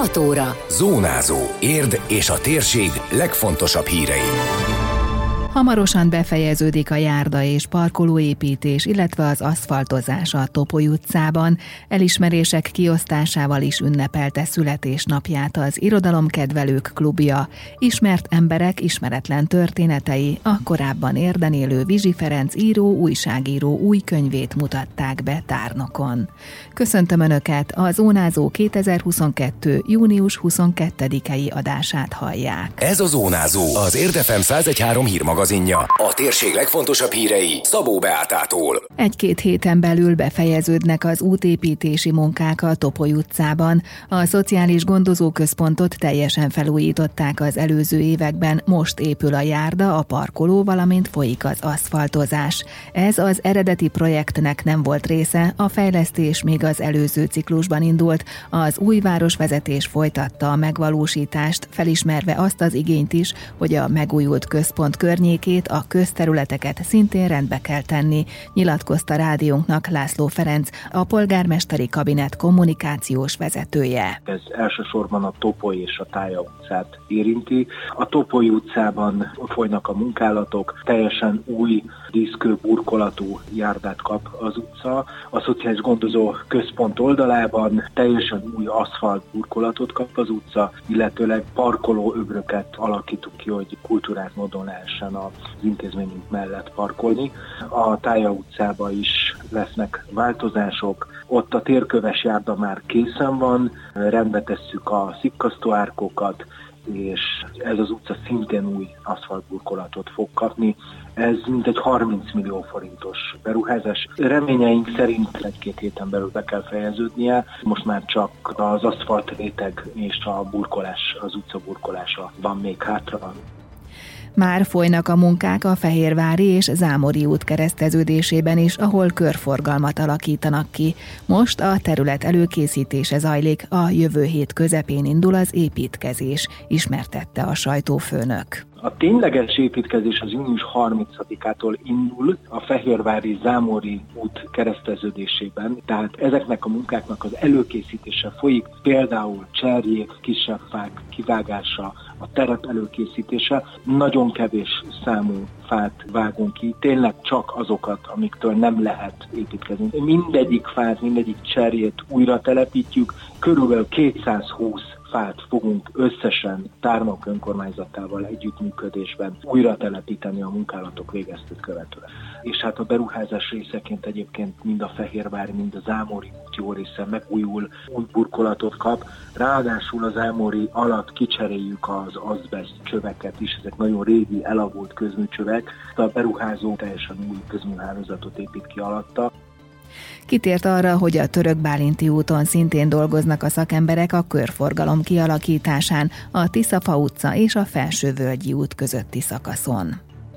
6 óra. Zónázó. Érd és a térség legfontosabb hírei. Hamarosan befejeződik a járda és parkolóépítés, illetve az aszfaltozás a Topoly utcában. Elismerések kiosztásával is ünnepelte születésnapját az Irodalomkedvelők Klubja. Ismert emberek ismeretlen történetei, a korábban Érden élő Vizsi Ferenc író, újságíró új könyvét mutatták be tárnokon. Köszöntöm Önöket, a Zónázó 2022. június 22-i adását hallják. Ez a Zónázó, az Érd FM 101.3 hírmagazinja. A térség legfontosabb hírei Szabó Beátától. 1-2 héten belül befejeződnek az útépítési munkák a Topoly utcában. A Szociális Gondozóközpontot teljesen felújították az előző években, most épül a járda, a parkoló, valamint folyik az aszfaltozás. Ez az eredeti projektnek nem volt része, a fejlesztés még az előző ciklusban indult, az új városvezetés folytatta a megvalósítást, felismerve azt az igényt is, hogy a megújult központ környékét, a közterületeket szintén rendbe kell tenni, nyilatkozta rádiónknak László Ferenc, a polgármesteri kabinet kommunikációs vezetője. Ez elsősorban a Topoly és a Tálya utcát érinti. A Topoly utcában folynak a munkálatok, teljesen új díszkő burkolatú járdát kap az utca. A Szociális Gondozó Központ oldalában teljesen új aszfalt burkolatot kap az utca, illetőleg parkoló öbröket alakítunk ki, hogy kulturált módon lehessen az intézményünk mellett parkolni. A Tálya utcában is lesznek változások. Ott a térköves járda már készen van, rendbe tesszük a szikkasztóárkokat, és ez az utca szintén új aszfaltburkolatot fog kapni. Ez mintegy 30 millió forintos beruházás. Reményeink szerint 1-2 héten belül be kell fejeződnie. Most már csak az aszfalt réteg és a burkolás, az utca burkolása van még hátra. Már folynak a munkák a Fehérvári és Zámori út kereszteződésében is, ahol körforgalmat alakítanak ki. Most a terület előkészítése zajlik, a jövő hét közepén indul az építkezés, ismertette a sajtófőnök. A tényleges építkezés az június 30-ától indul a Fehérvári Zámori út kereszteződésében, tehát ezeknek a munkáknak az előkészítése folyik, például cserjék, kisebb fák kivágása, a terep előkészítése. Nagyon kevés számú fát vágunk ki, tényleg csak azokat, amiktől nem lehet építkezni. Mindegyik fát, mindegyik cserjét újra telepítjük, körülbelül 220 fát fogunk összesen Tárnok önkormányzatával együttműködésben újra telepíteni a munkálatok végeztét követően. És hát a beruházás részeként egyébként mind a Fehérvári, mind a Zámori út jó része megújul, útburkolatot kap. Ráadásul a Zámori alatt kicseréljük az azbest csöveket is, ezek nagyon régi, elavult közműcsövek. A beruházó teljesen új közműhálózatot épít ki alatta. Kitért arra, hogy a Török Bálinti úton szintén dolgoznak a szakemberek a körforgalom kialakításán, a Tiszafa utca és a Felsővölgyi út közötti szakaszon.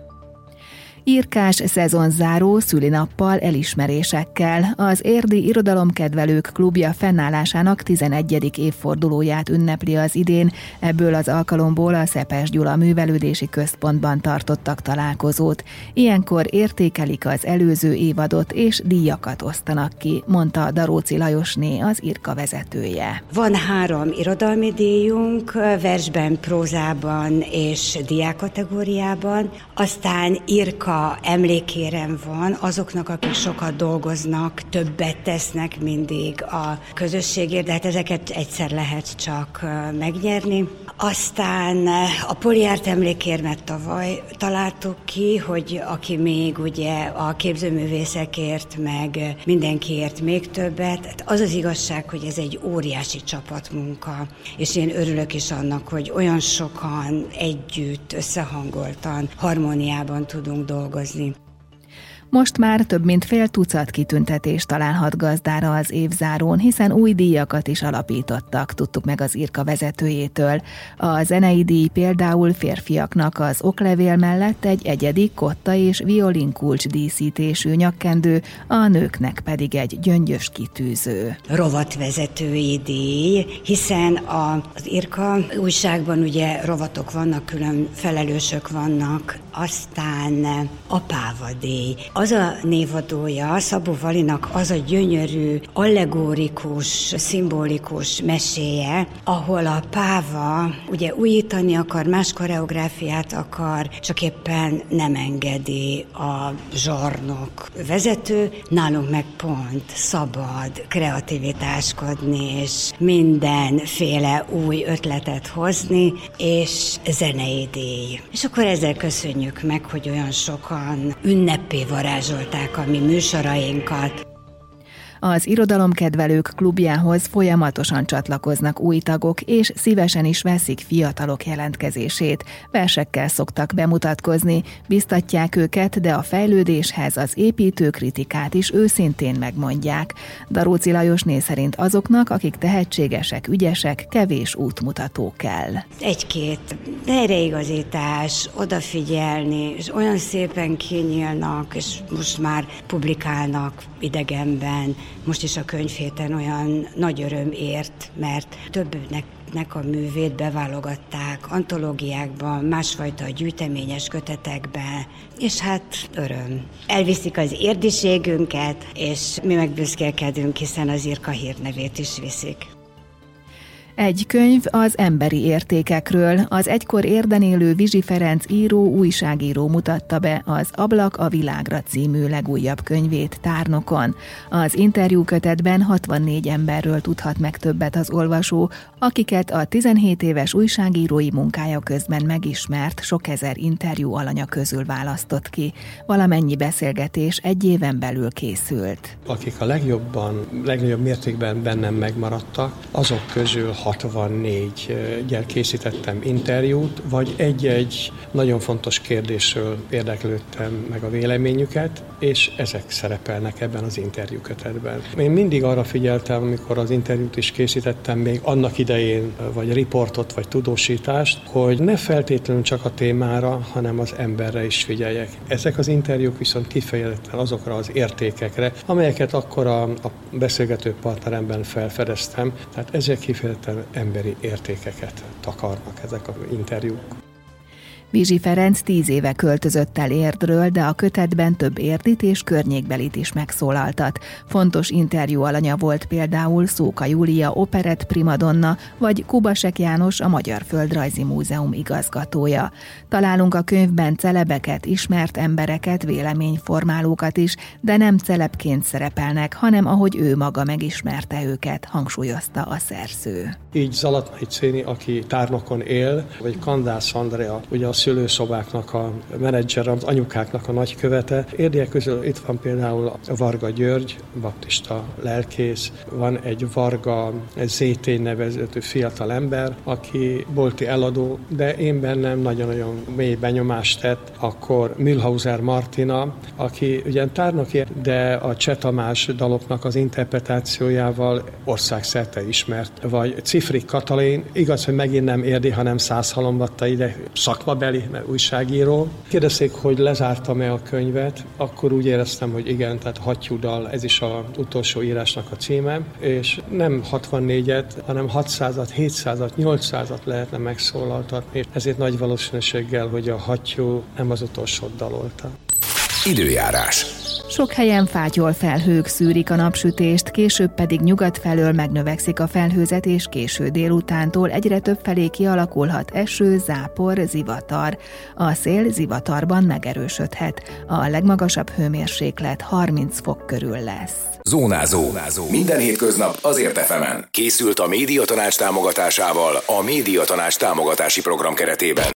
Irkás szezonzáró szülinappal, elismerésekkel. Az Érdi Irodalomkedvelők Klubja fennállásának 11. évfordulóját ünnepli az idén, ebből az alkalomból a Szepes Gyula Művelődési Központban tartottak találkozót. Ilyenkor értékelik az előző évadot és díjakat osztanak ki, mondta Daróci Lajosné, az Irka vezetője. Van 3 irodalmi díjunk, versben, prózában és diákkategóriában, aztán Irka emlékérem van azoknak, akik sokat dolgoznak, többet tesznek mindig a közösségért, de hát ezeket egyszer lehet csak megnyerni. Aztán a Poliárt emlékérmet tavaly találtuk ki, hogy aki még ugye a képzőművészekért, meg mindenkiért még többet. Az az igazság, hogy ez egy óriási csapatmunka, és én örülök is annak, hogy olyan sokan együtt, összehangoltan, harmóniában tudunk dolgozni. Most már több mint fél tucat kitüntetés találhat gazdára az évzárón, hiszen új díjakat is alapítottak, tudtuk meg az Irka vezetőjétől. A zenei díj például férfiaknak az oklevél mellett egy egyedi kotta és violinkulcs díszítésű nyakkendő, a nőknek pedig egy gyöngyös kitűző. Rovatvezetői díj, hiszen az Irka újságban ugye rovatok vannak, külön felelősök vannak, aztán apáva díj. Az a névadója Szabó Valinak az a gyönyörű, allegórikus, szimbolikus meséje, ahol a páva ugye újítani akar, más koreográfiát akar, csak éppen nem engedi a zsarnok vezető, nálunk meg pont szabad kreativitáskodni, és mindenféle új ötletet hozni, és zenei díj. És akkor ezzel köszönjük meg, hogy olyan sokan ünnepé varázsolták a mi műsorainkat. Az Irodalomkedvelők klubjához folyamatosan csatlakoznak új tagok, és szívesen is veszik fiatalok jelentkezését. Versekkel szoktak bemutatkozni, biztatják őket, de a fejlődéshez az építő kritikát is őszintén megmondják. Daróczi Lajosné szerint azoknak, akik tehetségesek, ügyesek, kevés útmutató kell. Egy-két helyreigazítás, odafigyelni, és olyan szépen kinyílnak, és most már publikálnak idegenben. Most is a könyvhéten olyan nagy öröm ért, mert többnek a művét beválogatták antológiákban, másfajta gyűjteményes kötetekben, és hát öröm. Elviszik az érdiségünket, és mi megbüszkélkedünk, hiszen az Irka hírnevét is viszik. Egy könyv az emberi értékekről. Az egykor Érden élő Vizsi Ferenc író, újságíró mutatta be az Ablak a világra című legújabb könyvét Tárnokon. Az interjúkötetben 64 emberről tudhat meg többet az olvasó, akiket a 17 éves újságírói munkája közben megismert sok ezer interjú alanya közül választott ki. Valamennyi beszélgetés egy éven belül készült. Akik a legnagyobb mértékben bennem megmaradtak, azok közül 64-gyel készítettem interjút, vagy egy-egy nagyon fontos kérdésről érdeklődtem meg a véleményüket, és ezek szerepelnek ebben az interjúkötetben. Én mindig arra figyeltem, amikor az interjút is készítettem, még annak idején, vagy riportot, vagy tudósítást, hogy ne feltétlenül csak a témára, hanem az emberre is figyeljek. Ezek az interjúk viszont kifejezetten azokra az értékekre, amelyeket akkor a beszélgető partneremben felfedeztem, tehát ezek kifejezetten emberi értékeket takarnak ezek az interjúk. Vizsi Ferenc 10 éve költözött el Érdről, de a kötetben több érdit és környékbelit is megszólaltat. Fontos interjú alanya volt például Szóka Júlia operett primadonna, vagy Kubasek János, a Magyar Földrajzi Múzeum igazgatója. Találunk a könyvben celebeket, ismert embereket, véleményformálókat is, de nem celebként szerepelnek, hanem ahogy ő maga megismerte őket, hangsúlyozta a szerző. Így Zalatnai Céni, aki Tárnokon él, vagy Kandász Andrea, ugye a szülőszobáknak a menedzser, az anyukáknak a nagykövete. Érdiek közül itt van például a Varga György, baptista lelkész, van egy Varga Zétény nevezetű fiatal ember, aki bolti eladó, de én bennem nagyon-nagyon mély benyomást tett, akkor Mühlhauser Martina, aki ugyan tárnoki, de a Cseh Tamás daloknak az interpretációjával országszerte ismert, vagy Cifrik Katalin, igaz, hogy megint nem érdi, hanem Szászhalombatta ide szakmabeli, mert újságíró. Kérdezték, hogy lezártam-e a könyvet, akkor úgy éreztem, hogy igen, tehát Hattyúdal, ez is az utolsó írásnak a címe, és nem 64-et, hanem 600-at, 700-at, 800-at lehetne megszólaltatni, ezért nagy valószínűséggel, hogy a Hattyú nem az utolsót dalolta. Időjárás. Sok helyen fátyol felhők szűrik a napsütést, később pedig nyugat felől megnövekszik a felhőzet, és késő délutántól egyre több felé kialakulhat eső, zápor, zivatar. A szél zivatarban megerősödhet. A legmagasabb hőmérséklet 30 fok körül lesz. Zónázó. Minden hétköznap az Ért FM-en. Készült a Médiatanács támogatásával a Médiatanács támogatási program keretében.